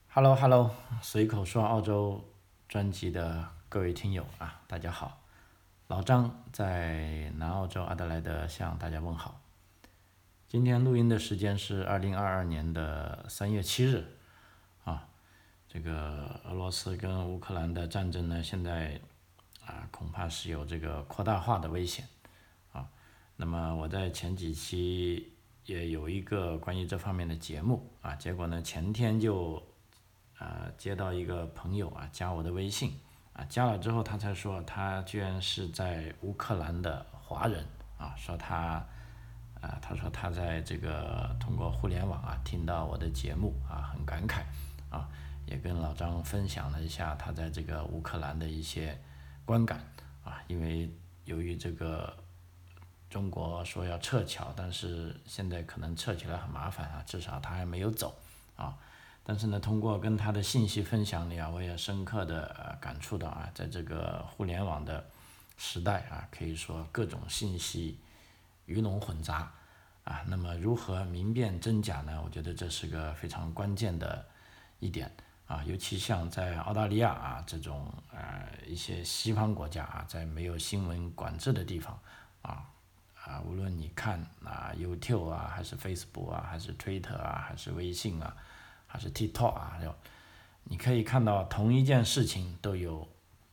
Hello Hello，随口说澳洲专辑的各位听友啊，大家好，老张在南澳洲阿德莱德向大家问好。今天录音的时间是2022年的3月7日啊，这个俄罗斯跟乌克兰的战争呢，现在恐怕是有这个扩大化的危险啊。那么我在前几期也有一个关于这方面的节目啊，结果呢前天就接到一个朋友加我的微信加了之后他才说他居然是在乌克兰的华人说他说他在这个通过互联网听到我的节目很感慨也跟老张分享了一下他在这个乌克兰的一些观感因为由于这个中国说要撤侨，但是现在可能撤起来很麻烦至少他还没有走但是呢，通过跟他的信息分享里我也深刻的感触到在这个互联网的时代可以说各种信息鱼龙混杂那么如何明辨真假呢？我觉得这是个非常关键的一点尤其像在澳大利亚这种一些西方国家在没有新闻管制的地方无论你看YouTube还是 Facebook 还是 Twitter 还是微信还是 TikTok 你可以看到同一件事情都有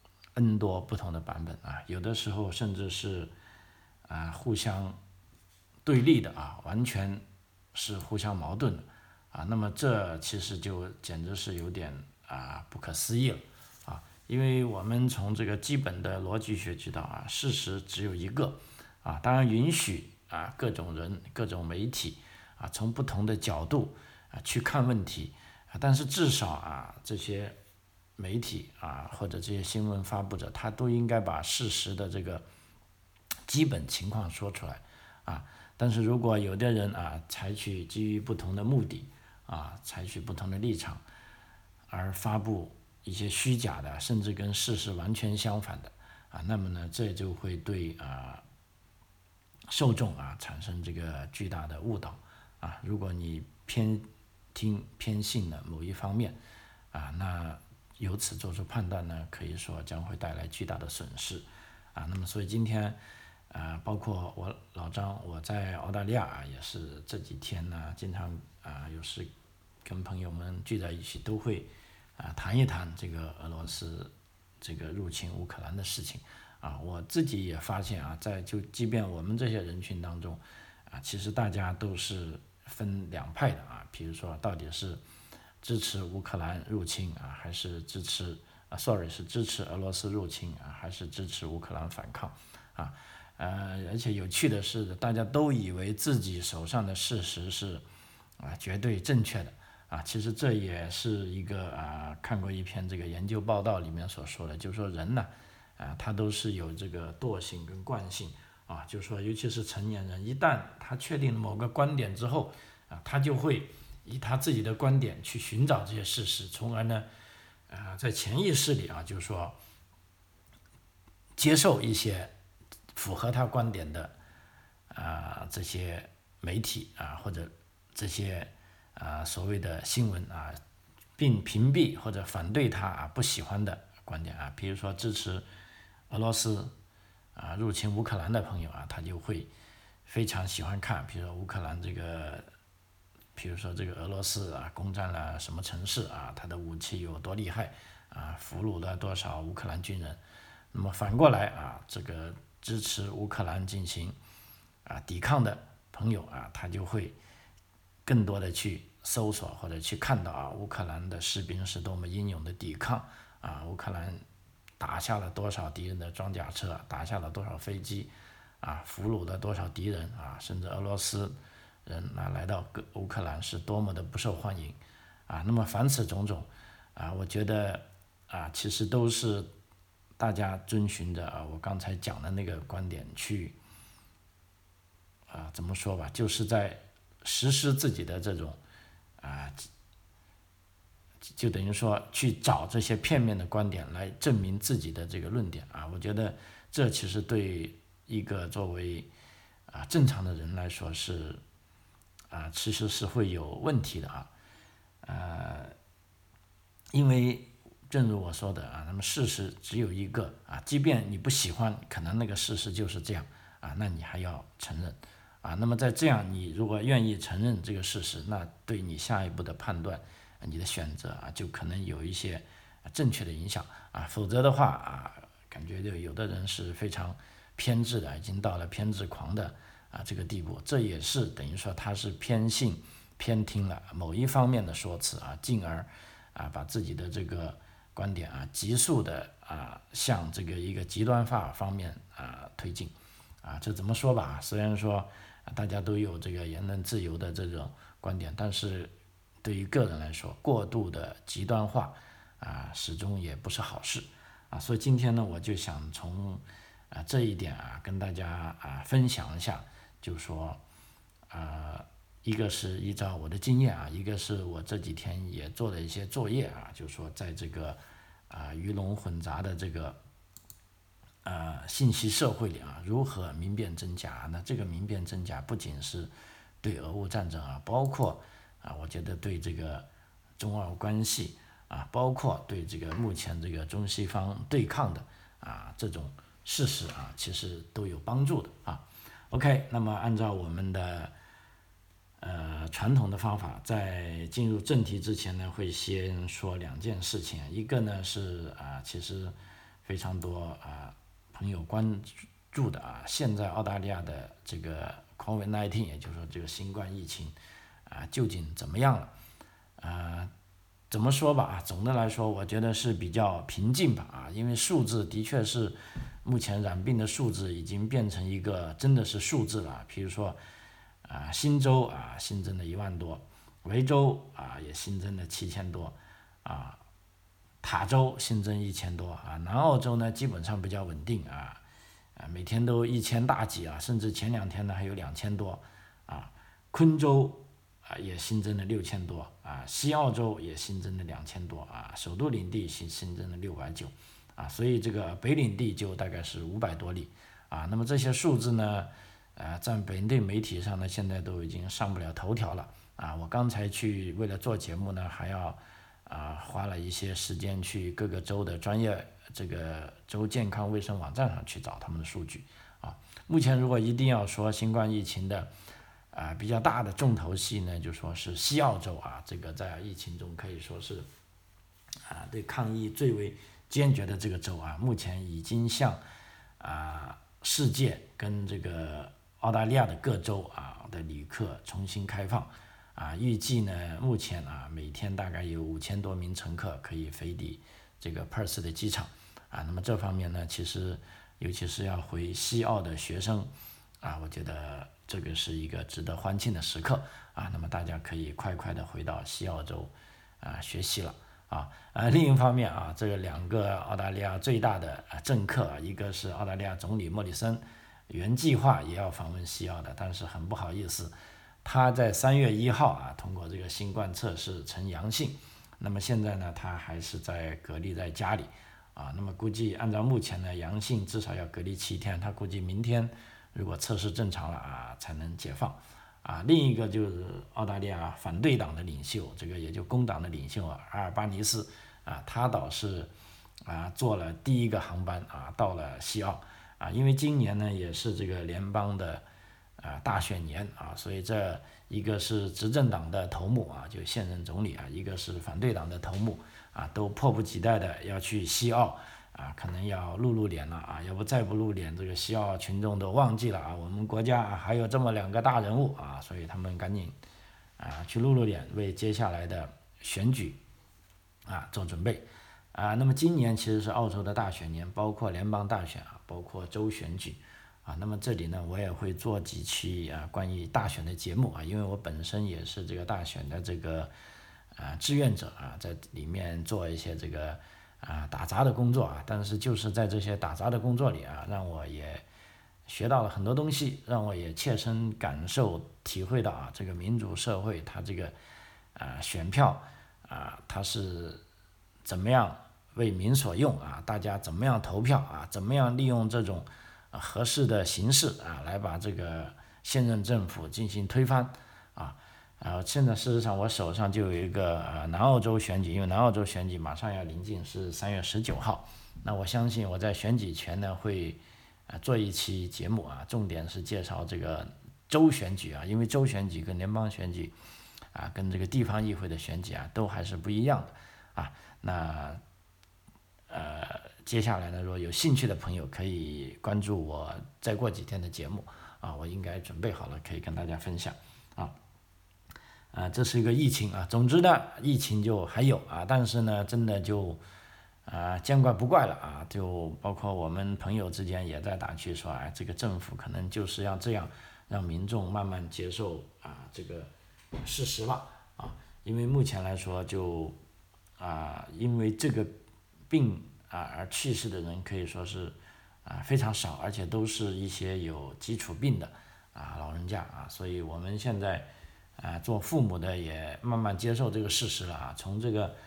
N 多不同的版本有的时候甚至是互相对立的完全是互相矛盾的那么这其实就简直是有点不可思议了因为我们从这个基本的逻辑学知道事实只有一个当然允许各种人各种媒体从不同的角度去看问题但是至少这些媒体或者这些新闻发布者他都应该把事实的这个基本情况说出来但是如果有的人采取基于不同的目的采取不同的立场而发布一些虚假的甚至跟事实完全相反的那么呢这就会对受众产生这个巨大的误导如果你偏听偏信了某一方面那由此做出判断呢，可以说将会带来巨大的损失那么所以今天包括我老张我在澳大利亚也是这几天呢经常有时跟朋友们聚在一起都会谈一谈这个俄罗斯这个入侵乌克兰的事情我自己也发现即便我们这些人群当中其实大家都是分两派的比如说到底是支持乌克兰入侵还是支持是支持俄罗斯入侵还是支持乌克兰反抗而且有趣的是大家都以为自己手上的事实是绝对正确的其实这也是一个看过一篇这个研究报道里面所说的，就是说人呢他都是有这个惰性跟惯性就是说尤其是成年人，一旦他确定了某个观点之后他就会以他自己的观点去寻找这些事实，从而呢在潜意识里就是说接受一些符合他观点的这些媒体或者这些所谓的新闻并屏蔽或者反对他不喜欢的观点比如说支持俄罗斯入侵乌克兰的朋友他就会非常喜欢看，比如说乌克兰这个，比如说这个俄罗斯攻占了什么城市他的武器有多厉害俘虏了多少乌克兰军人。那么反过来这个支持乌克兰进行抵抗的朋友他就会更多的去搜索或者去看到乌克兰的士兵是多么英勇的抵抗乌克兰打下了多少敌人的装甲车，打下了多少飞机俘虏了多少敌人甚至俄罗斯人来到乌克兰是多么的不受欢迎那么凡此种种我觉得其实都是大家遵循着我刚才讲的那个观点去怎么说吧，就是在实施自己的这种就等于说去找这些片面的观点来证明自己的这个论点我觉得这其实对一个作为正常的人来说是其实是会有问题的因为正如我说的啊，那么事实只有一个啊，即便你不喜欢，可能那个事实就是这样啊，那你还要承认啊。那么在这样，你如果愿意承认这个事实，那对你下一步的判断，你的选择啊，就可能有一些正确的影响啊。否则的话啊，感觉就有的人是非常偏执的，已经到了偏执狂的这个地步，这也是等于说他是偏信偏听了某一方面的说辞啊，进而把自己的这个观点急速的向这个一个极端化方面推进这怎么说吧？虽然说大家都有这个言论自由的这种观点，但是对于个人来说，过度的极端化始终也不是好事所以今天呢，我就想从这一点跟大家分享一下，就是说一个是依照我的经验一个是我这几天也做了一些作业就是说在这个鱼龙混杂的这个信息社会里如何明辨真假？那这个明辨真假不仅是对俄乌战争包括我觉得对这个中俄关系包括对这个目前这个中西方对抗的这种事实其实都有帮助的OK， 那么按照我们的传统的方法，在进入正题之前呢，会先说两件事情。一个呢是其实非常多朋友关注的现在澳大利亚的这个 COVID-19， 也就是说这个新冠疫情究竟怎么样了怎么说吧总的来说，我觉得是比较平静吧因为数字的确是目前染病的数字已经变成一个真的是数字了。比如说新州新增了1万多，维州也新增了7000多塔州新增1000多南澳洲呢基本上比较稳定每天都1000大几甚至前2天呢还有2000多昆州也新增了6000多西澳洲也新增了2000多首都领地新增了690所以这个北领地就大概是500多例那么这些数字呢在本地媒体上呢现在都已经上不了头条了我刚才去为了做节目呢还要花了一些时间去各个州的专业这个州健康卫生网站上去找他们的数据目前如果一定要说新冠疫情的比较大的重头戏呢，就说是西澳洲这个在疫情中可以说是对抗疫最为坚决的这个州目前已经向世界跟这个澳大利亚的各州的旅客重新开放预计呢目前每天大概有5000多名乘客可以飞抵这个 Perth 的机场那么这方面呢其实尤其是要回西澳的学生我觉得这个是一个值得欢庆的时刻那么大家可以快快的回到西澳洲学习了另一方面这个2个澳大利亚最大的政客一个是澳大利亚总理莫里森，原计划也要访问西澳的，但是很不好意思，他在3月1号通过这个新冠测试呈阳性，那么现在呢他还是在隔离在家里那么估计按照目前的阳性至少要隔离7天，他估计明天如果测试正常了才能解放另一个就是澳大利亚反对党的领袖，这个也就工党的领袖阿尔巴尼斯他倒是坐了第一个航班到了西澳因为今年呢也是这个联邦的大选年所以这一个是执政党的头目就现任总理一个是反对党的头目都迫不及待的要去西澳可能要露脸了要不再不露脸，这个西澳群众都忘记了我们国家还有这么2个大人物所以他们赶紧去露脸，为接下来的选举做准备那么今年其实是澳洲的大选年，包括联邦大选包括州选举那么这里呢我也会做几期关于大选的节目因为我本身也是这个大选的这个志愿者在里面做一些这个打杂的工作但是就是在这些打杂的工作里让我也学到了很多东西，让我也切身感受体会到这个民主社会它这个选票它是怎么样为民所用大家怎么样投票怎么样利用这种合适的形式来把这个现任政府进行推翻现在事实上我手上就有一个南澳洲选举，因为南澳洲选举马上要临近，是3月19号。那我相信我在选举前呢会做一期节目啊，重点是介绍这个州选举啊，因为州选举跟联邦选举跟这个地方议会的选举都还是不一样的啊。那接下来呢，如果有兴趣的朋友可以关注我再过几天的节目啊，我应该准备好了，可以跟大家分享这是一个疫情啊。总之呢，疫情就还有但是呢，真的就见怪不怪了啊。就包括我们朋友之间也在打趣说，这个政府可能就是要这样让民众慢慢接受这个事实了因为目前来说就因为这个病而去世的人可以说是非常少，而且都是一些有基础病的老人家所以我们现在做父母的也慢慢接受这个事实了从这个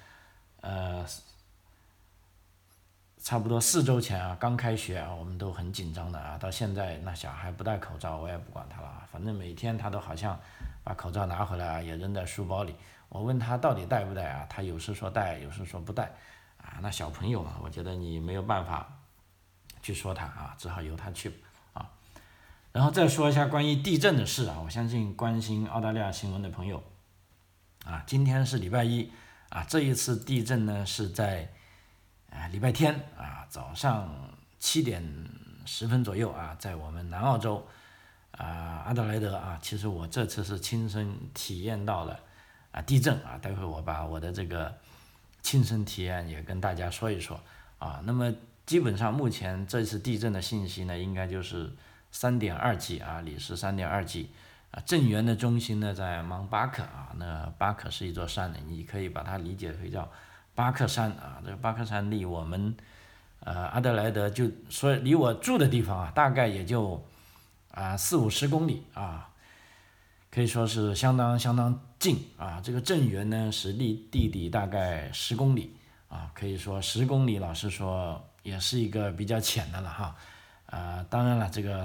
差不多4周前刚开学我们都很紧张的到现在那小孩不戴口罩我也不管他了反正每天他都好像把口罩拿回来也扔在书包里。我问他到底戴不戴他有时说戴，有时说不戴那小朋友我觉得你没有办法去说他只好由他去然后再说一下关于地震的事我相信关心澳大利亚新闻的朋友今天是礼拜一这一次地震呢是在礼拜天早上7点10分左右在我们南澳洲阿德莱德其实我这次是亲身体验到了地震待会我把我的这个亲身体验也跟大家说一说那么基本上目前这次地震的信息呢应该就是3.2级里是3.2级震源的中心呢在芒巴克那巴克是一座山你可以把它理解为叫巴克山这个巴克山离我们阿德莱德就说离我住的地方大概也就40-50公里可以说是相当近这个震源呢是离地底大概10公里可以说10公里老实说也是一个比较浅的了当然了这个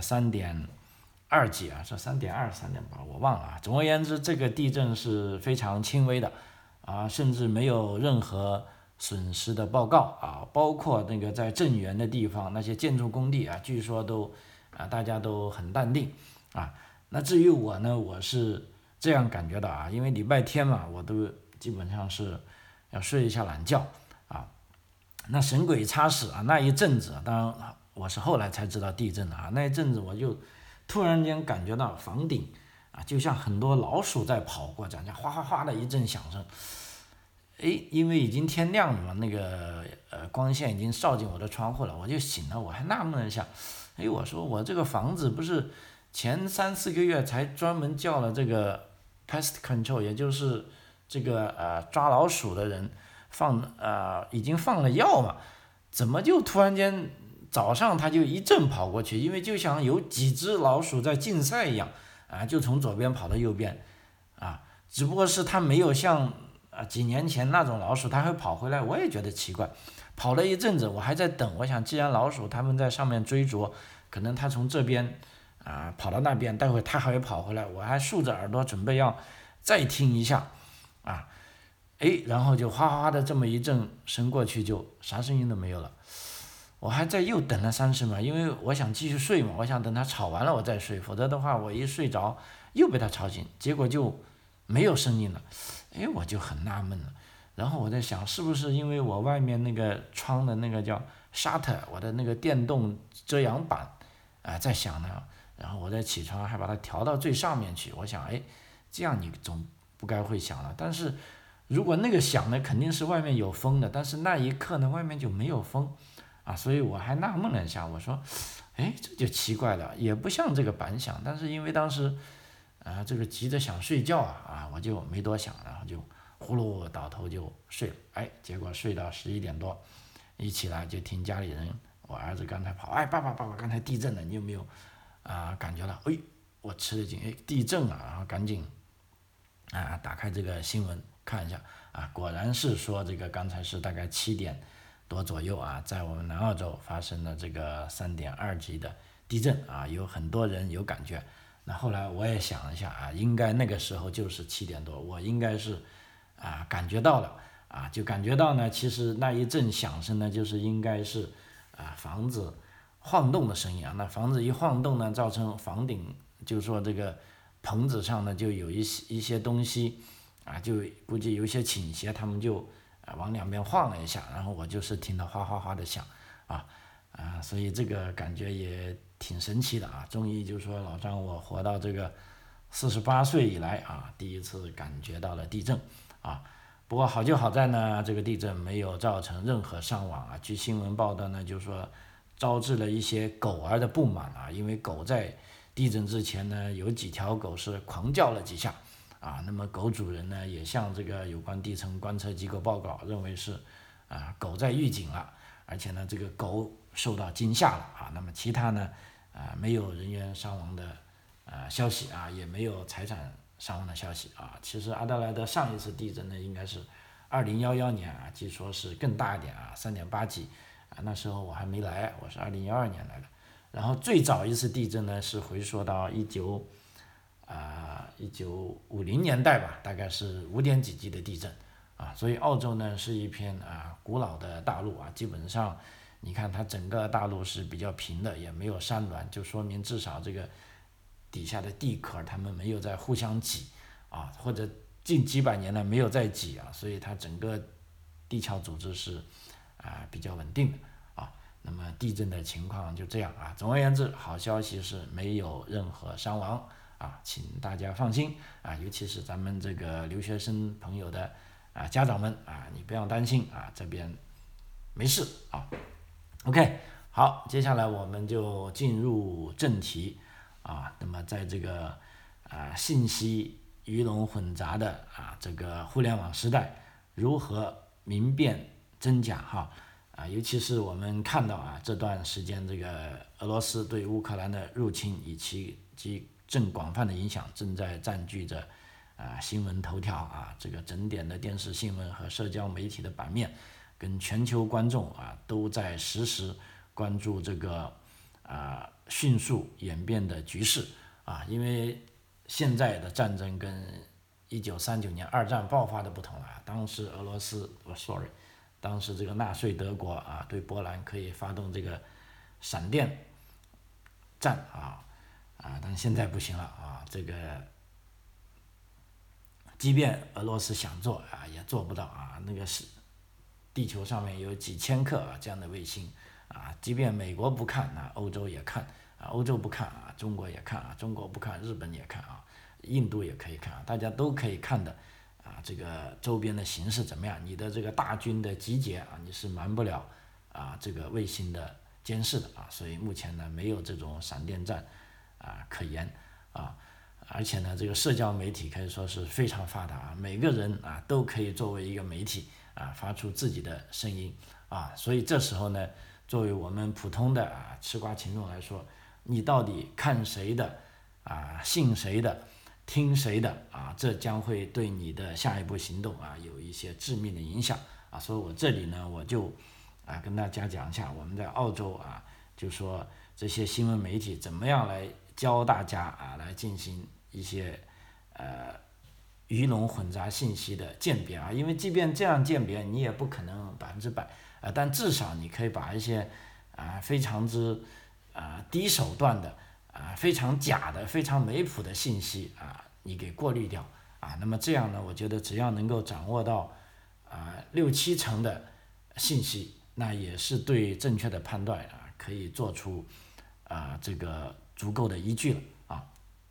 3.2级是3.2 3.8我忘了总而言之这个地震是非常轻微的甚至没有任何损失的报告包括那个在震源的地方那些建筑工地据说都大家都很淡定那至于我呢我是这样感觉的因为礼拜天嘛我都基本上是要睡一下懒觉那神鬼差事那一阵子当然我是后来才知道地震的那一阵子我就突然间感觉到房顶就像很多老鼠在跑过这样哗哗哗的一阵响声因为已经天亮了嘛那个光线已经照进我的窗户了我就醒了我还纳闷一下我说我这个房子不是前3-4个月才专门叫了这个 pest control 也就是这个抓老鼠的人已经放了药嘛怎么就突然间早上他就一阵跑过去因为就像有几只老鼠在竞赛一样就从左边跑到右边只不过是他没有像几年前那种老鼠他会跑回来我也觉得奇怪跑了一阵子我还在等我想既然老鼠他们在上面追逐可能他从这边跑到那边待会他还会跑回来我还竖着耳朵准备要再听一下然后就哗哗哗的这么一阵声过去就啥声音都没有了我还在又等了30秒因为我想继续睡嘛我想等他吵完了我再睡否则的话我一睡着又被他吵醒结果就没有声音了我就很纳闷了然后我在想是不是因为我外面那个窗的那个叫 shutter 我的那个电动遮阳板在响呢然后我在起床还把它调到最上面去我想这样你总不该会响了但是如果那个响呢肯定是外面有风的但是那一刻呢外面就没有风所以我还纳闷了一下我说这就奇怪了也不像这个板响但是因为当时这个急着想睡觉我就没多想然后就呼噜倒头就睡了结果睡到11点多一起来就听家里人我儿子刚才跑爸爸刚才地震了你有没有感觉到我吃了惊地震然后赶紧打开这个新闻看一下果然是说这个刚才是大概7点多左右在我们南澳洲发生了这个3.2级的地震有很多人有感觉那后来我也想了一下啊，应该那个时候就是7点多，我应该是感觉到了就感觉到呢，其实那一阵响声呢，就是应该是房子晃动的声音那房子一晃动呢，造成房顶就是说这个棚子上呢就有一些东西就估计有一些倾斜，他们就往两边晃了一下，然后我就是听到哗哗哗的响所以这个感觉也挺神奇的终于就是说老张我活到这个48岁以来第一次感觉到了地震不过好就好在呢，这个地震没有造成任何伤亡据新闻报道呢，就是说招致了一些狗儿的不满因为狗在地震之前呢，有几条狗是狂叫了几下那么狗主人呢也向这个有关地层观测机构报告，认为是狗在预警了，而且呢这个狗受到惊吓了那么其他呢没有人员伤亡的消息也没有财产伤亡的消息其实阿德莱德上一次地震呢应该是2011年据说是更大一点3.8级那时候我还没来，我是2012年来的。然后最早一次地震呢是回溯到1950年代吧，大概是5点几级的地震所以澳洲呢是一片古老的大陆基本上你看它整个大陆是比较平的，也没有山峦，就说明至少这个底下的地壳它们没有在互相挤或者近几百年呢没有在挤所以它整个地壳组织是比较稳定的那么地震的情况就这样总而言之，好消息是没有任何伤亡请大家放心尤其是咱们这个留学生朋友的家长们你不要担心这边没事OK， 好，接下来我们就进入正题那么在这个信息鱼龙混杂的这个互联网时代，如何明辨真假尤其是我们看到这段时间这个俄罗斯对乌克兰的入侵以及正广泛的影响正在占据着新闻头条这个整点的电视新闻和社交媒体的版面，跟全球观众都在实时关注这个迅速演变的局势因为现在的战争跟1939年二战爆发的不同当时当时这个纳粹德国对波兰可以发动这个闪电战但现在不行了这个即便俄罗斯想做也做不到那个是地球上面有几千颗这样的卫星即便美国不看欧洲也看欧洲不看中国也看中国不看日本也看印度也可以看大家都可以看的这个周边的形势怎么样，你的这个大军的集结你是瞒不了这个卫星的监视的所以目前呢没有这种闪电战可言而且呢这个社交媒体可以说是非常发达每个人都可以作为一个媒体发出自己的声音所以这时候呢作为我们普通的吃瓜群众来说，你到底看谁的信谁的听谁的这将会对你的下一步行动有一些致命的影响所以我这里呢我就跟大家讲一下我们在澳洲就说这些新闻媒体怎么样来教大家来进行一些鱼龙混杂信息的鉴别因为即便这样鉴别你也不可能100%但至少你可以把一些非常之低手段的非常假的非常没谱的信息你给过滤掉那么这样呢我觉得只要能够掌握到6-7成的信息，那也是对正确的判断可以做出这个足够的依据了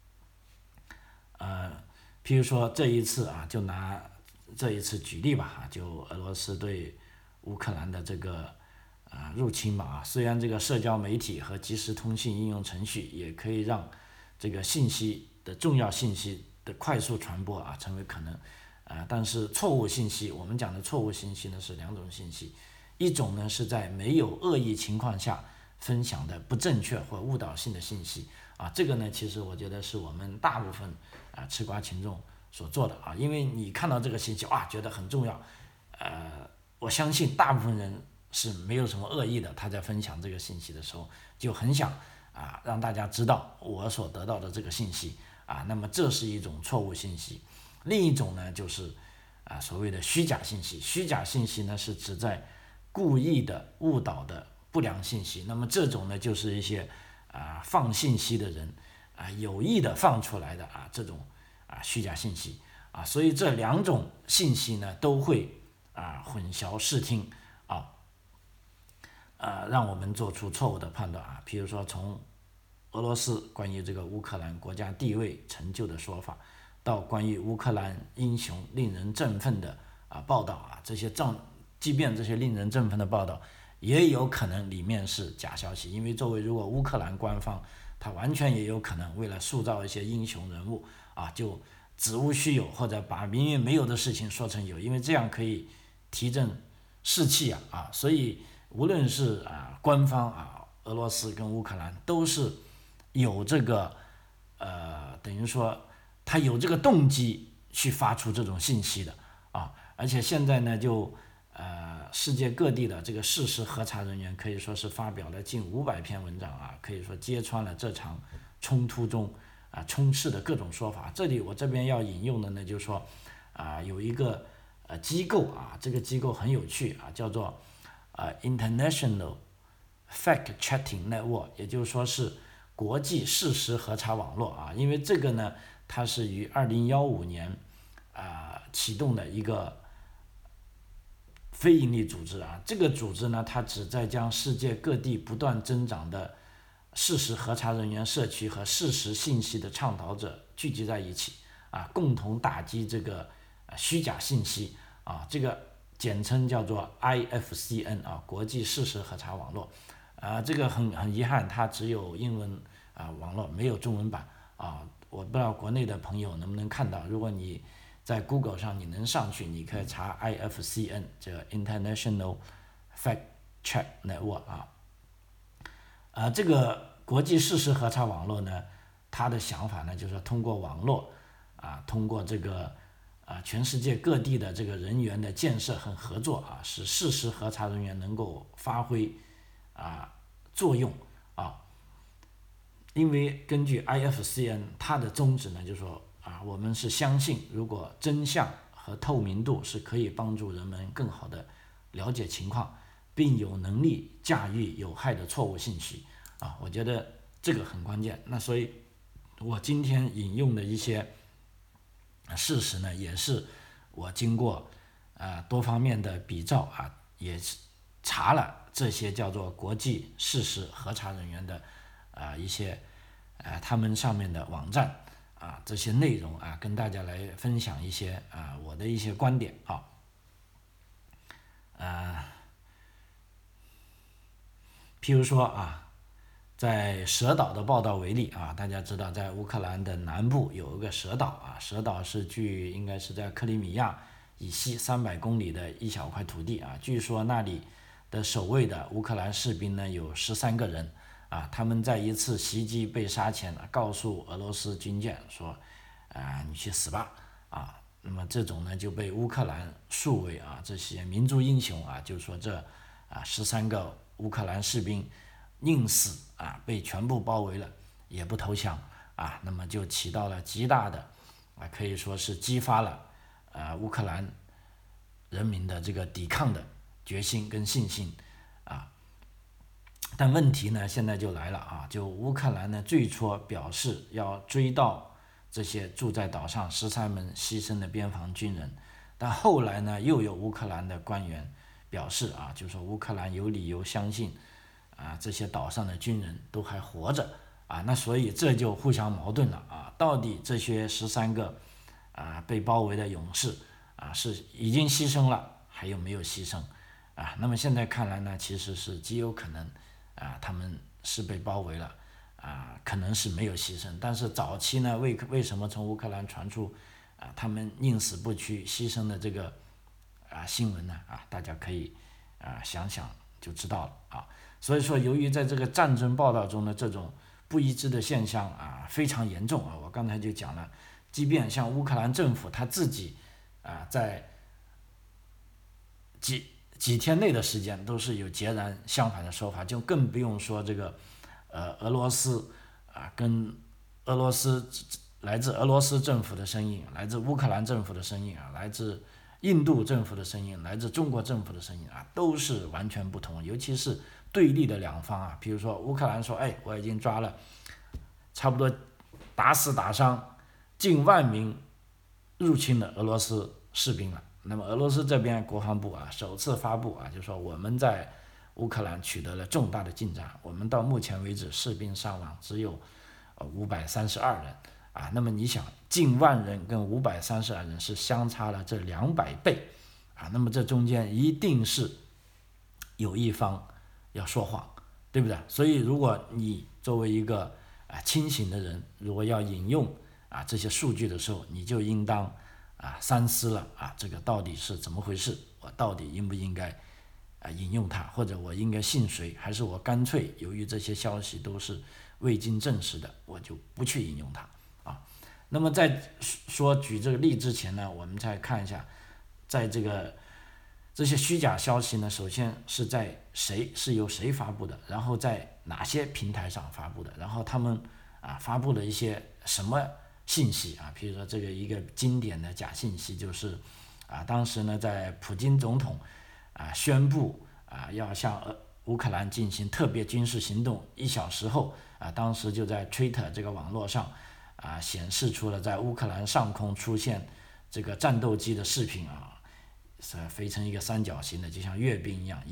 譬如说这一次就拿这一次举例吧就俄罗斯对乌克兰的这个入侵嘛虽然这个社交媒体和即时通信应用程序也可以让这个信息的重要信息的快速传播成为可能但是错误信息，我们讲的错误信息呢是2种信息，一种呢是在没有恶意情况下分享的不正确或误导性的信息这个呢其实我觉得是我们大部分吃瓜群众所做的因为你看到这个信息觉得很重要我相信大部分人是没有什么恶意的，他在分享这个信息的时候就很想让大家知道我所得到的这个信息那么这是一种错误信息。另一种呢就是所谓的虚假信息。虚假信息呢是指在故意的误导的不良信息，那么这种呢就是一些放信息的人有意的放出来的这种虚假信息所以这两种信息呢都会混淆视听让我们做出错误的判断比如说从俄罗斯关于这个乌克兰国家地位成就的说法，到关于乌克兰英雄令人振奋的报道这些即便这些令人振奋的报道也有可能里面是假消息，因为作为如果乌克兰官方他完全也有可能为了塑造一些英雄人物就子无虚有，或者把明明没有的事情说成有，因为这样可以提振士气所以无论是官方俄罗斯跟乌克兰都是有这个等于说他有这个动机去发出这种信息的而且现在呢就世界各地的这个事实核查人员可以说是发表了近500篇文章可以说揭穿了这场冲突中充斥的各种说法。我这边要引用的呢就是说有一个机构这个机构很有趣叫做International Fact-Checking Network， 也就是说是国际事实核查网络因为这个呢它是于2015年启动的一个非营利组织这个组织呢它旨在将世界各地不断增长的事实核查人员社区和事实信息的倡导者聚集在一起共同打击这个虚假信息这个简称叫做 IFCN 国际事实核查网络这个很遗憾它只有英文网络，没有中文版我不知道国内的朋友能不能看到，如果你在 Google 上你能上去，你可以查 IFCN 这个 International Fact-Check Network 这个国际事实核查网络呢，它的想法呢就是说通过网络通过这个全世界各地的这个人员的建设和合作使事实核查人员能够发挥作用因为根据 IFCN 它的宗旨呢就是说我们是相信如果真相和透明度是可以帮助人们更好的了解情况，并有能力驾驭有害的错误信息我觉得这个很关键。那所以我今天引用的一些事实呢，也是我经过多方面的比照也查了这些叫做国际事实核查人员的一些他们上面的网站这些内容跟大家来分享一些我的一些观点譬如说在蛇岛的报道为例大家知道在乌克兰的南部有一个蛇岛蛇岛是应该是在克里米亚以西300公里的一小块土地据说那里的守卫的乌克兰士兵呢有13个人他们在一次袭击被杀前告诉俄罗斯军舰说你去死吧那么这种呢就被乌克兰树为这些民族英雄就是说这13个乌克兰士兵宁死被全部包围了也不投降那么就起到了极大的可以说是激发了乌克兰人民的这个抵抗的决心跟信心但问题呢现在就来了就乌克兰呢最初表示要追悼这些住在岛上13名牺牲的边防军人，但后来呢又有乌克兰的官员表示就说乌克兰有理由相信这些岛上的军人都还活着那所以这就互相矛盾了到底这些13个被包围的勇士是已经牺牲了还有没有牺牲那么现在看来呢其实是极有可能他们是被包围了可能是没有牺牲，但是早期呢为什么从乌克兰传出他们宁死不屈牺牲的这个新闻呢大家可以想想就知道了所以说由于在这个战争报道中的这种不一致的现象非常严重我刚才就讲了，即便像乌克兰政府他自己在几天内的时间都是有截然相反的说法，就更不用说这个俄罗斯跟俄罗斯来自俄罗斯政府的声音，来自乌克兰政府的声音来自印度政府的声音，来自中国政府的声音都是完全不同。尤其是对立的两方比如说乌克兰说，我已经抓了差不多打死打伤近万名入侵的俄罗斯士兵了。那么俄罗斯这边国防部首次发布就说我们在乌克兰取得了重大的进展，我们到目前为止士兵伤亡只有532人那么你想近万人跟532人是相差了这200倍那么这中间一定是有一方要说谎，对不对？所以如果你作为一个清醒的人，如果要引用这些数据的时候，你就应当三思了这个到底是怎么回事？我到底应不应该引用它，或者我应该信谁？还是我干脆由于这些消息都是未经证实的，我就不去引用它那么在举这个例之前呢，我们再看一下，在这些虚假消息呢，首先是由谁发布的，然后在哪些平台上发布的，然后他们发布了一些什么信息比如说这个一个经典的假信息就是当时呢在普京总统宣布要向乌克兰进行特别军事行动1小时后当时就在 Twitter 这个网络上显示出了在乌克兰上空出现这个战斗机的视频是飞成一个三角形的，就像阅兵一样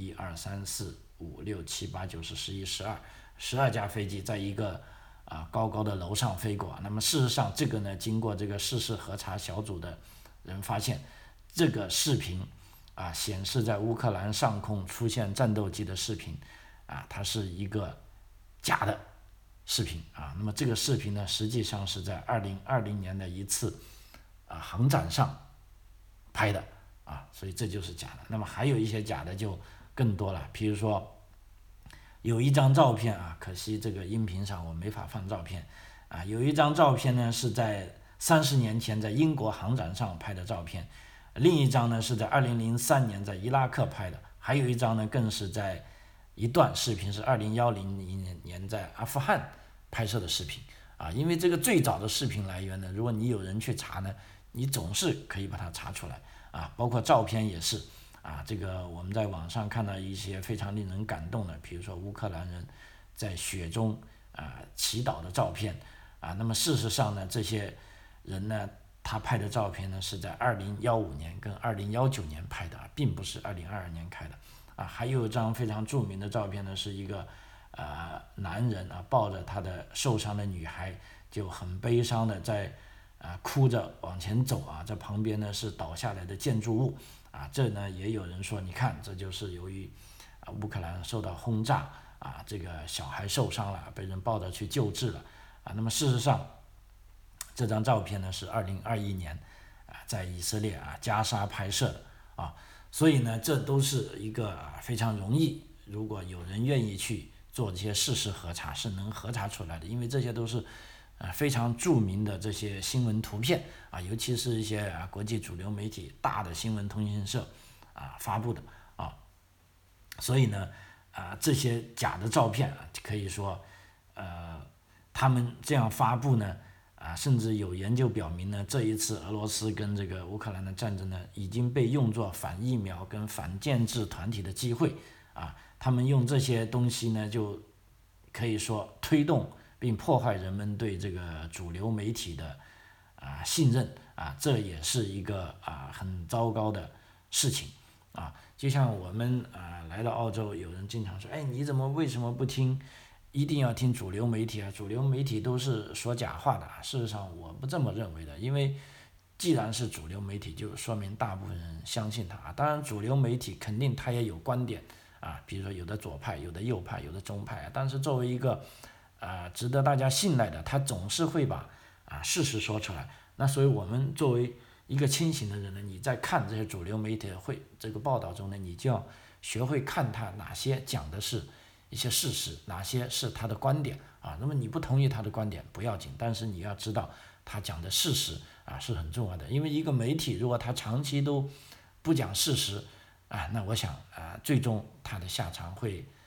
，1、2、3、4、5、6、7、8、9、10、11、12架飞机在一个高高的楼上飞过那么事实上这个呢，经过这个事实核查小组的人发现，这个视频显示在乌克兰上空出现战斗机的视频它是一个假的视频那么这个视频呢，实际上是在2020年的一次航展上拍的所以这就是假的。那么还有一些假的就更多了，比如说有一张照片可惜这个音频上我没法放照片有一张照片呢是在30年前在英国航展上拍的照片，另一张呢是在2003年在伊拉克拍的，还有一张呢更是在一段视频是2010年在阿富汗拍摄的视频因为这个最早的视频来源呢，如果你有人去查呢，你总是可以把它查出来包括照片也是这个我们在网上看到一些非常令人感动的，比如说乌克兰人在雪中祈祷的照片那么事实上呢，这些人呢他拍的照片呢是在2015年跟2019年拍的并不是2022年拍的还有一张非常著名的照片呢，是一个男人抱着他的受伤的女孩，就很悲伤的在哭着往前走这旁边呢是倒下来的建筑物这呢也有人说，你看这就是由于乌克兰受到轰炸这个小孩受伤了，被人抱着去救治了那么事实上这张照片呢是2021年在以色列加沙拍摄的所以呢这都是一个非常容易，如果有人愿意去做这些事实核查是能核查出来的，因为这些都是非常著名的这些新闻图片尤其是一些国际主流媒体大的新闻通讯社发布的所以呢这些假的照片可以说他们这样发布呢甚至有研究表明呢，这一次俄罗斯跟这个乌克兰的战争呢，已经被用作反疫苗跟反建制团体的机会他们用这些东西呢，就可以说推动并破坏人们对这个主流媒体的信任这也是一个很糟糕的事情就像我们来到澳洲，有人经常说，你为什么不听？一定要听主流媒体主流媒体都是说假话的事实上我不这么认为的，因为既然是主流媒体，就说明大部分人相信它当然主流媒体肯定它也有观点比如说有的左派，有的右派，有的中派但是作为一个值得大家信赖的，他总是会把事实说出来。那所以我们作为一个清醒的人呢，你在看这些主流媒体的这个报道中呢，你就要学会看它哪些讲的是一些事实，哪些是他的观点那么你不同意他的观点不要紧，但是你要知道他讲的事实是很重要的。因为一个媒体如果他长期都不讲事实那我想最终他的下场会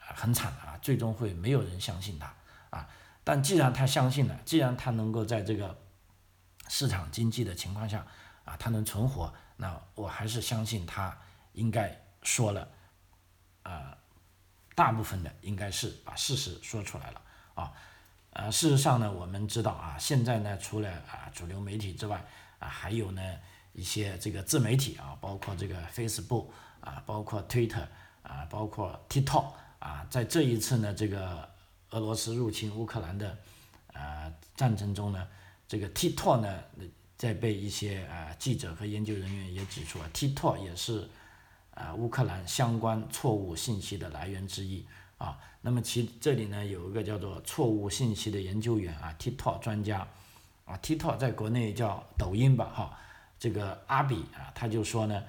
很惨啊，最终会没有人相信他啊。但既然他相信了，既然他能够在这个市场经济的情况下啊，他能存活，那我还是相信他应该说了，大部分的应该是把事实说出来了啊。事实上呢，我们知道啊，现在呢，除了主流媒体之外啊，还有呢一些这个自媒体啊，包括这个 Facebook 啊，包括 Twitter 啊，包括 TikTok 啊，在这一次呢，这个俄罗斯入侵乌克兰的战争中呢，这个 TikTok 呢，在被一些记者和研究人员也指出，TikTok 也是乌克兰相关错误信息的来源之一啊。那么这里呢有一个叫做错误信息的研究员TikTok 专家TikTok 在国内叫抖音吧哈，这个阿比他就说呢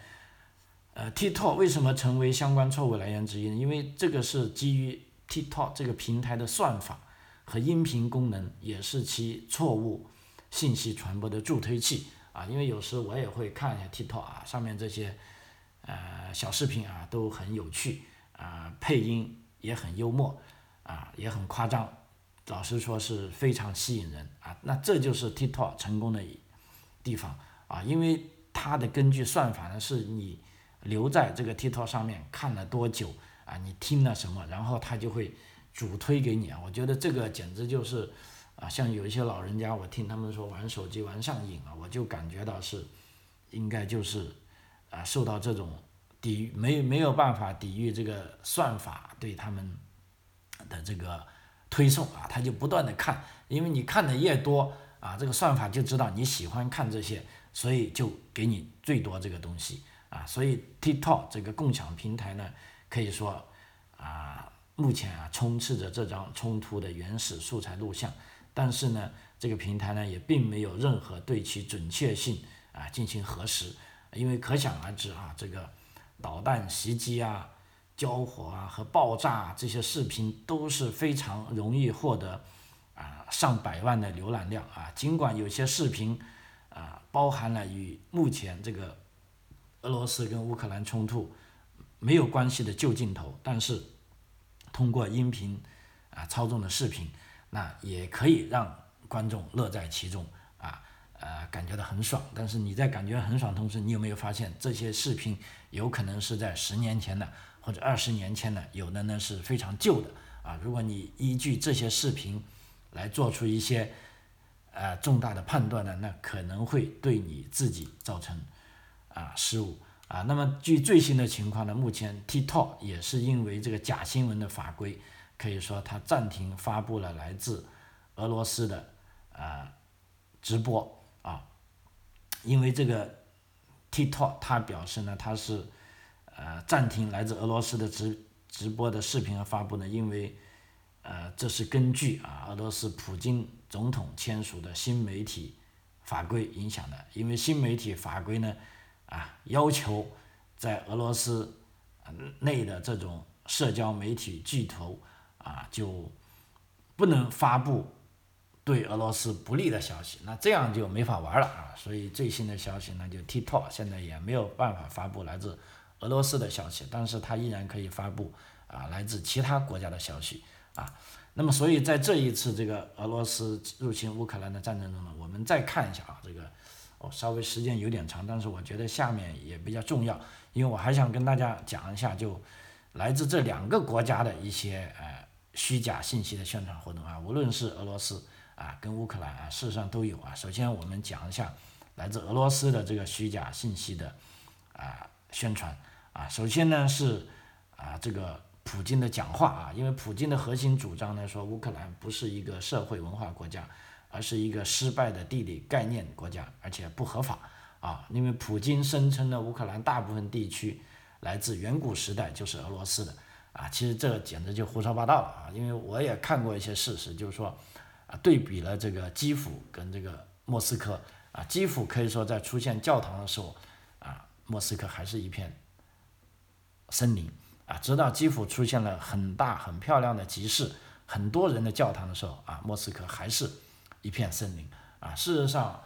，TikTok 为什么成为相关错误来源之一呢？因为这个是基于 TikTok 这个平台的算法和音频功能，也是其错误信息传播的助推器因为有时我也会看一下 TikTok 上面这些小视频都很有趣配音也很幽默也很夸张，老实说是非常吸引人那这就是 TikTok 成功的地方因为它的根据算法呢，是你留在这个 TikTok 上面看了多久你听了什么，然后它就会主推给你我觉得这个简直就是像有一些老人家，我听他们说玩手机玩上瘾我就感觉到是应该就是受到这种没有办法抵御这个算法对他们的这个推送他就不断的看，因为你看的越多这个算法就知道你喜欢看这些，所以就给你最多这个东西所以 TikTok 这个共享平台呢，可以说目前充斥着这张冲突的原始素材录像，但是呢，这个平台呢也并没有任何对其准确性进行核实，因为可想而知这个导弹袭击交火和爆炸这些视频都是非常容易获得上百万的浏览量尽管有些视频包含了与目前这个俄罗斯跟乌克兰冲突没有关系的旧镜头，但是通过音频操纵的视频，那也可以让观众乐在其中感觉到很爽。但是你在感觉很爽的同时，你有没有发现这些视频有可能是在10年前的或者20年前的，有的呢是非常旧的如果你依据这些视频来做出一些重大的判断呢，那可能会对你自己造成失误那么据最新的情况呢，目前 TikTok 也是因为这个假新闻的法规，可以说它暂停发布了来自俄罗斯的直播因为这个 TikTok 它表示呢，它是暂停来自俄罗斯的直播的视频和发布呢，因为这是根据俄罗斯普京总统签署的新媒体法规影响的，因为新媒体法规呢要求在俄罗斯内的这种社交媒体巨头就不能发布对俄罗斯不利的消息，那这样就没法玩了所以最新的消息呢，就 TikTok 现在也没有办法发布来自俄罗斯的消息，但是它依然可以发布来自其他国家的消息那么所以在这一次这个俄罗斯入侵乌克兰的战争中呢，我们再看一下这个稍微时间有点长，但是我觉得下面也比较重要，因为我还想跟大家讲一下就来自这2个国家的一些虚假信息的宣传活动无论是俄罗斯跟乌克兰事实上都有首先我们讲一下来自俄罗斯的这个虚假信息的宣传首先呢是这个普京的讲话因为普京的核心主张呢说乌克兰不是一个社会文化国家，而是一个失败的地理概念国家，而且不合法因为普京声称的乌克兰大部分地区来自远古时代就是俄罗斯的其实这简直就胡说八道了因为我也看过一些事实，就是说对比了这个基辅跟这个莫斯科基辅可以说在出现教堂的时候莫斯科还是一片森林直到基辅出现了很大很漂亮的集市，很多人的教堂的时候莫斯科还是一片森林事实上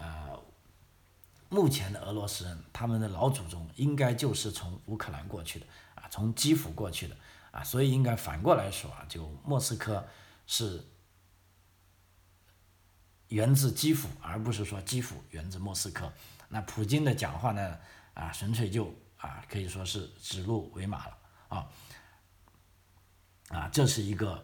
目前的俄罗斯人他们的老祖宗应该就是从乌克兰过去的从基辅过去的啊，所以应该反过来说啊，就莫斯科是源自基辅，而不是说基辅源自莫斯科。那普京的讲话呢，纯粹就可以说是指鹿为马了这是一个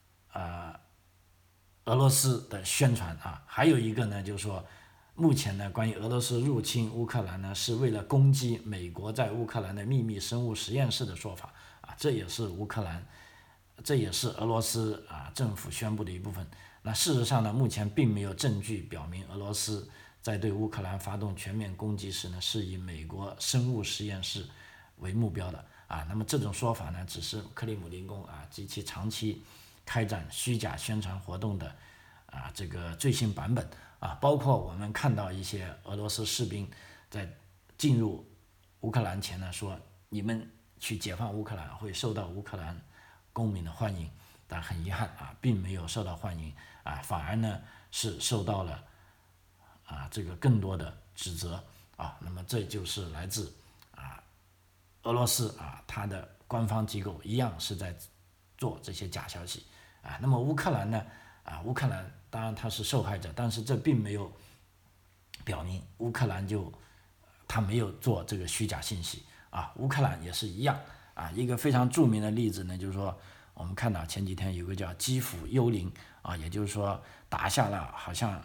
俄罗斯的宣传还有一个呢，就是说目前呢，关于俄罗斯入侵乌克兰呢，是为了攻击美国在乌克兰的秘密生物实验室的说法这也是俄罗斯政府宣布的一部分。那事实上呢，目前并没有证据表明俄罗斯在对乌克兰发动全面攻击时呢，是以美国生物实验室为目标的那么这种说法呢，只是克里姆林宫及其长期开展虚假宣传活动的这个最新版本包括我们看到一些俄罗斯士兵在进入乌克兰前呢，说你们去解放乌克兰会受到乌克兰公民的欢迎，但很遗憾并没有受到欢迎反而呢是受到了这个更多的指责那么这就是来自俄罗斯它的官方机构一样是在做这些假消息那么乌克兰呢乌克兰当然它是受害者，但是这并没有表明乌克兰它没有做这个虚假信息乌克兰也是一样一个非常著名的例子呢，就是说我们看到前几天有个叫基辅幽灵也就是说打下了好像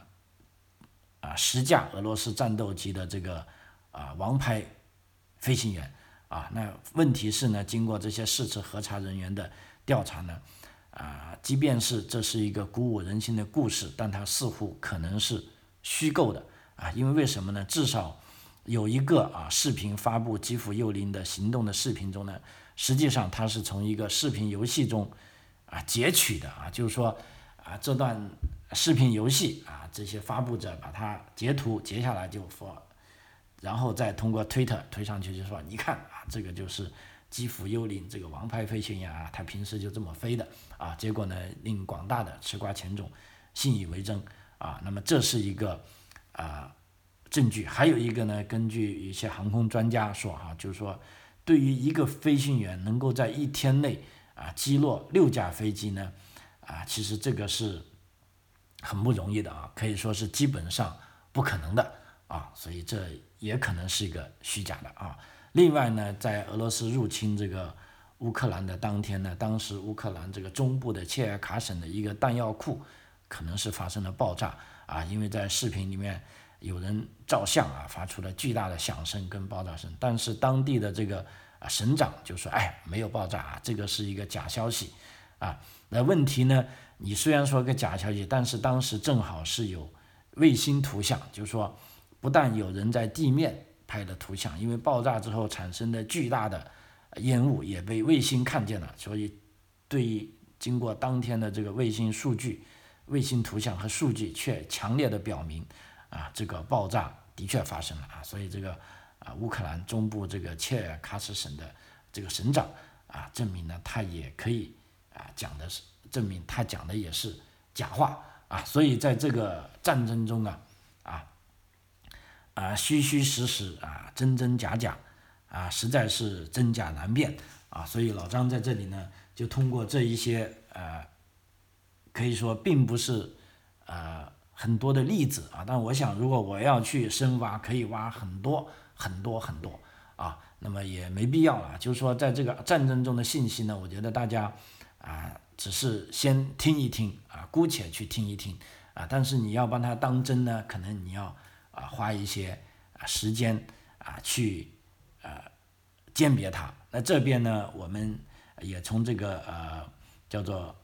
10架俄罗斯战斗机的这个王牌飞行员那问题是呢，经过这些事实核查人员的调查呢即便是这是一个鼓舞人心的故事，但它似乎可能是虚构的因为为什么呢？至少有一个视频发布基辅幽灵的行动的视频中呢，实际上它是从一个视频游戏中截取的就是说这段视频游戏这些发布者把它截图截下来就说，然后再通过推特推上去，就说你看这个就是基辅幽灵这个王牌飞行员他平时就这么飞的结果呢令广大的吃瓜群众信以为真那么这是一个证据。还有一个呢，根据一些航空专家说就是说对于一个飞行员能够在一天内击落6架飞机呢其实这个是很不容易的可以说是基本上不可能的所以这也可能是一个虚假的另外呢，在俄罗斯入侵这个乌克兰的当天呢，当时乌克兰这个中部的切尔卡省的一个弹药库可能是发生了爆炸因为在视频里面有人照相发出了巨大的响声跟爆炸声，但是当地的这个省长就说没有爆炸这个是一个假消息那问题呢，你虽然说个假消息，但是当时正好是有卫星图像，就是说不但有人在地面拍的图像，因为爆炸之后产生的巨大的烟雾也被卫星看见了，所以对于经过当天的这个卫星数据、卫星图像和数据，却强烈的表明这个爆炸的确发生了所以这个乌克兰中部这个切尔卡什省的这个省长证明呢，他也可以证明他讲的也是假话所以在这个战争中虚虚实实真真假假实在是真假难辨所以老张在这里呢，就通过这一些可以说并不是很多的例子但我想如果我要去深挖，可以挖很多很多很多那么也没必要了。就是说在这个战争中的信息呢，我觉得大家只是先听一听姑且去听一听但是你要把它当真呢，可能你要花一些时间去鉴别它。那这边呢，我们也从这个叫做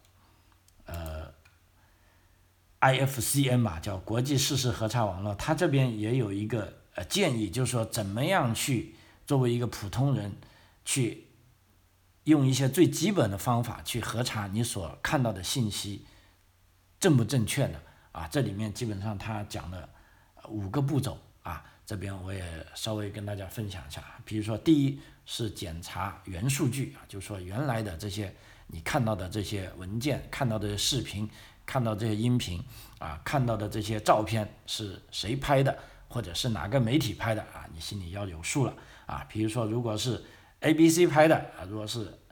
IFCN 吧，叫国际事实核查网络，它这边也有一个建议，就是说怎么样去作为一个普通人去用一些最基本的方法去核查你所看到的信息正不正确的这里面基本上他讲了5个步骤这边我也稍微跟大家分享一下。比如说第一是检查原数据就是说原来的这些你看到的这些文件、看到的视频、看到这些音频看到的这些照片是谁拍的，或者是哪个媒体拍的你心里要有数了比如说如果是 ABC 拍的如果是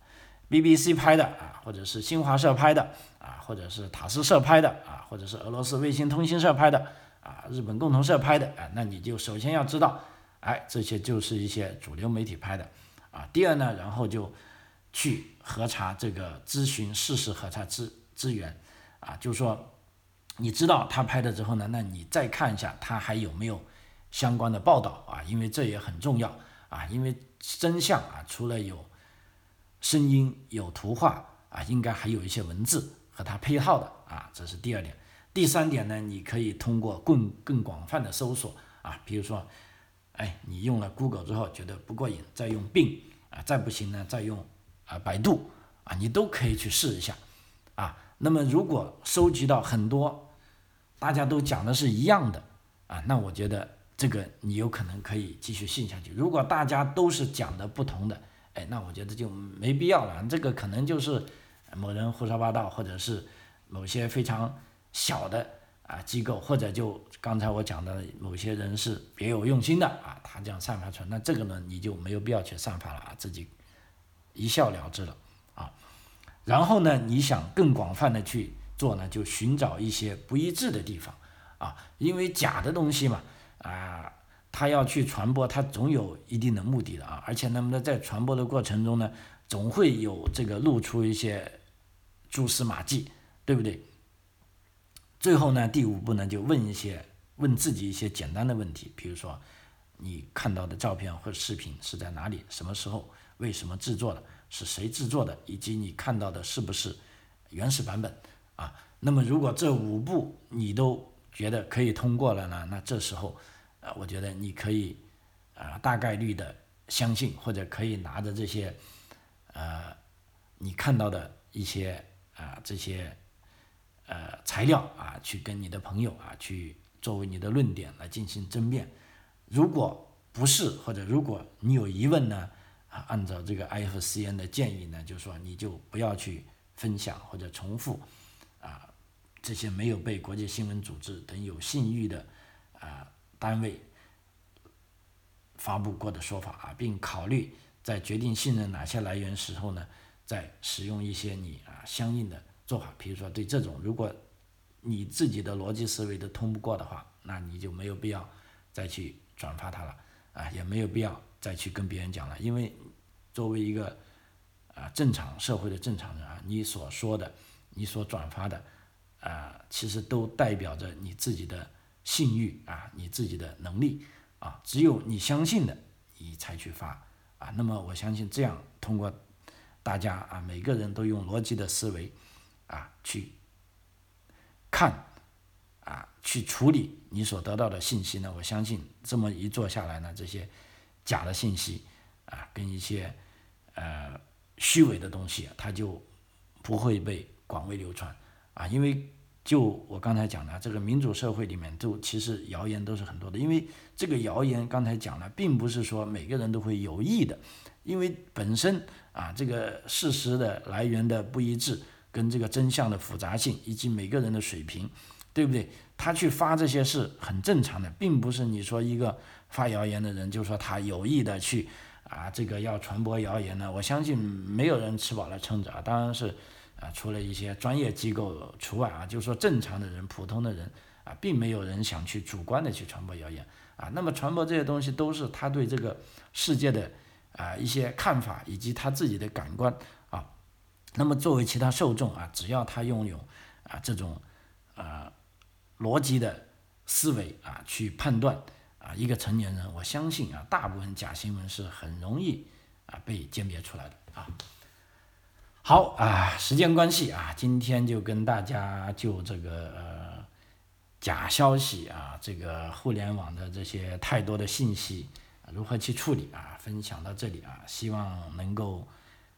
BBC 拍的啊，或者是新华社拍的啊，或者是塔斯社拍的啊，或者是俄罗斯卫星通讯社拍的啊，日本共同社拍的啊，那你就首先要知道，这些就是一些主流媒体拍的啊。第二呢，然后就去核查这个咨询事实核查资源啊，就是说你知道他拍的之后呢，那你再看一下他还有没有相关的报道啊，因为这也很重要啊，因为真相啊，除了有声音有图画啊，应该还有一些文字和它配套的啊，这是第二点。第三点呢，你可以通过更广泛的搜索啊，比如说，你用了 Google 之后觉得不过瘾，再用 Bing 啊，再不行呢，再用百度啊，你都可以去试一下啊。那么如果收集到很多大家都讲的是一样的啊，那我觉得这个你有可能可以继续信下去。如果大家都是讲的不同的，那我觉得就没必要了，这个可能就是某人胡说八道，或者是某些非常小的机构，或者就刚才我讲的某些人是别有用心的啊，他这样散发出来，那这个呢你就没有必要去散发了啊，自己一笑了之了啊。然后呢，你想更广泛的去做呢，就寻找一些不一致的地方啊，因为假的东西嘛他要去传播，他总有一定的目的的啊，而且那么在传播的过程中呢，总会有这个露出一些蛛丝马迹，对不对？最后呢，第五步呢，就问自己一些简单的问题，比如说你看到的照片或者视频是在哪里、什么时候、为什么制作的、是谁制作的，以及你看到的是不是原始版本啊？那么如果这五步你都觉得可以通过了呢，那这时候我觉得你可以大概率的相信，或者可以拿着这些你看到的一些这些材料去跟你的朋友去作为你的论点来进行争辩。如果不是，或者如果你有疑问呢，按照这个 IFCN 的建议呢，就是说你就不要去分享或者重复这些没有被国际新闻组织等有信誉的单位发布过的说法并考虑在决定信任哪些来源时候呢，再使用一些你相应的做法。比如说对这种，如果你自己的逻辑思维都通不过的话，那你就没有必要再去转发它了也没有必要再去跟别人讲了，因为作为一个正常社会的正常人你所说的、你所转发的其实都代表着你自己的信誉你自己的能力只有你相信的，你才去发那么我相信这样通过大家每个人都用逻辑的思维去看去处理你所得到的信息呢，我相信这么一做下来呢，这些假的信息跟一些虚伪的东西它就不会被广为流传因为就我刚才讲的，这个民主社会里面其实谣言都是很多的，因为这个谣言刚才讲了，并不是说每个人都会有意的，因为本身这个事实的来源的不一致，跟这个真相的复杂性，以及每个人的水平，对不对？他去发这些是很正常的，并不是你说一个发谣言的人，就说他有意的去这个要传播谣言呢，我相信没有人吃饱了撑着当然是除了一些专业机构除外就是说正常的人、普通的人并没有人想去主观的去传播谣言那么传播这些东西都是他对这个世界的一些看法以及他自己的感官那么作为其他受众只要他拥有这种逻辑的思维去判断一个成年人，我相信大部分假新闻是很容易被鉴别出来的好时间关系今天就跟大家就这个假消息这个互联网的这些太多的信息如何去处理分享到这里希望能够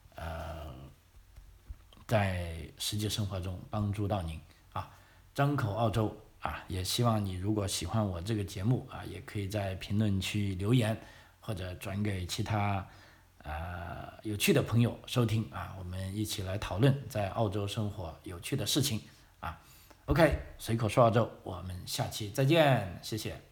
在实际生活中帮助到您张口澳洲也希望你如果喜欢我这个节目也可以在评论区留言或者转给其他有趣的朋友收听我们一起来讨论在澳洲生活有趣的事情OK， 随口说澳洲，我们下期再见，谢谢。